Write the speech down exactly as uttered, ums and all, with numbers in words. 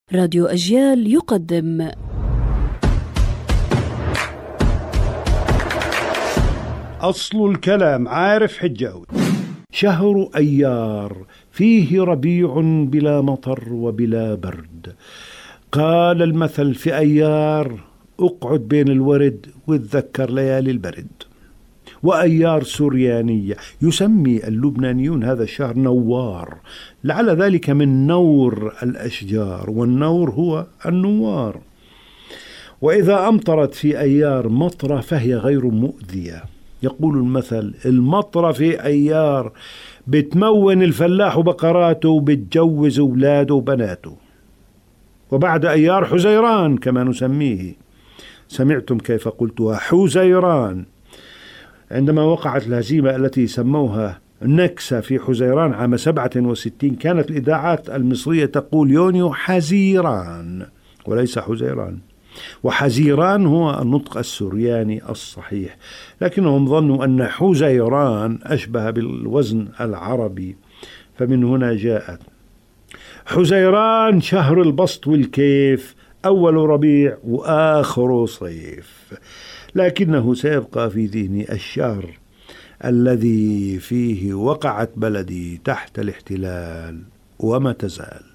راديو أجيال يقدم أصل الكلام. عارف حجاوي. شهر أيار فيه ربيع بلا مطر وبلا برد. قال المثل في أيار اقعد بين الورد وتذكر ليالي البرد. وأيار سوريانية يسمي اللبنانيون هذا الشهر نوار، لعل ذلك من نور الأشجار، والنور هو النوار. وإذا أمطرت في أيار مطرة فهي غير مؤذية. يقول المثل المطرة في أيار بتمون الفلاح بقراته وبتجوز أولاده وبناته. وبعد أيار حزيران كما نسميه. سمعتم كيف قلتها حزيران عندما وقعت الهزيمة التي سموها نكسة في حزيران عام سبعة وستين. كانت الإذاعات المصرية تقول يونيو حزيران وليس حزيران، وحزيران هو النطق السورياني الصحيح، لكنهم ظنوا أن حزيران أشبه بالوزن العربي، فمن هنا جاءت. حزيران شهر البسط والكيف، أول ربيع وآخر صيف، لكنه سيبقى في ذهني الشهر الذي فيه وقعت بلدي تحت الاحتلال وما تزال.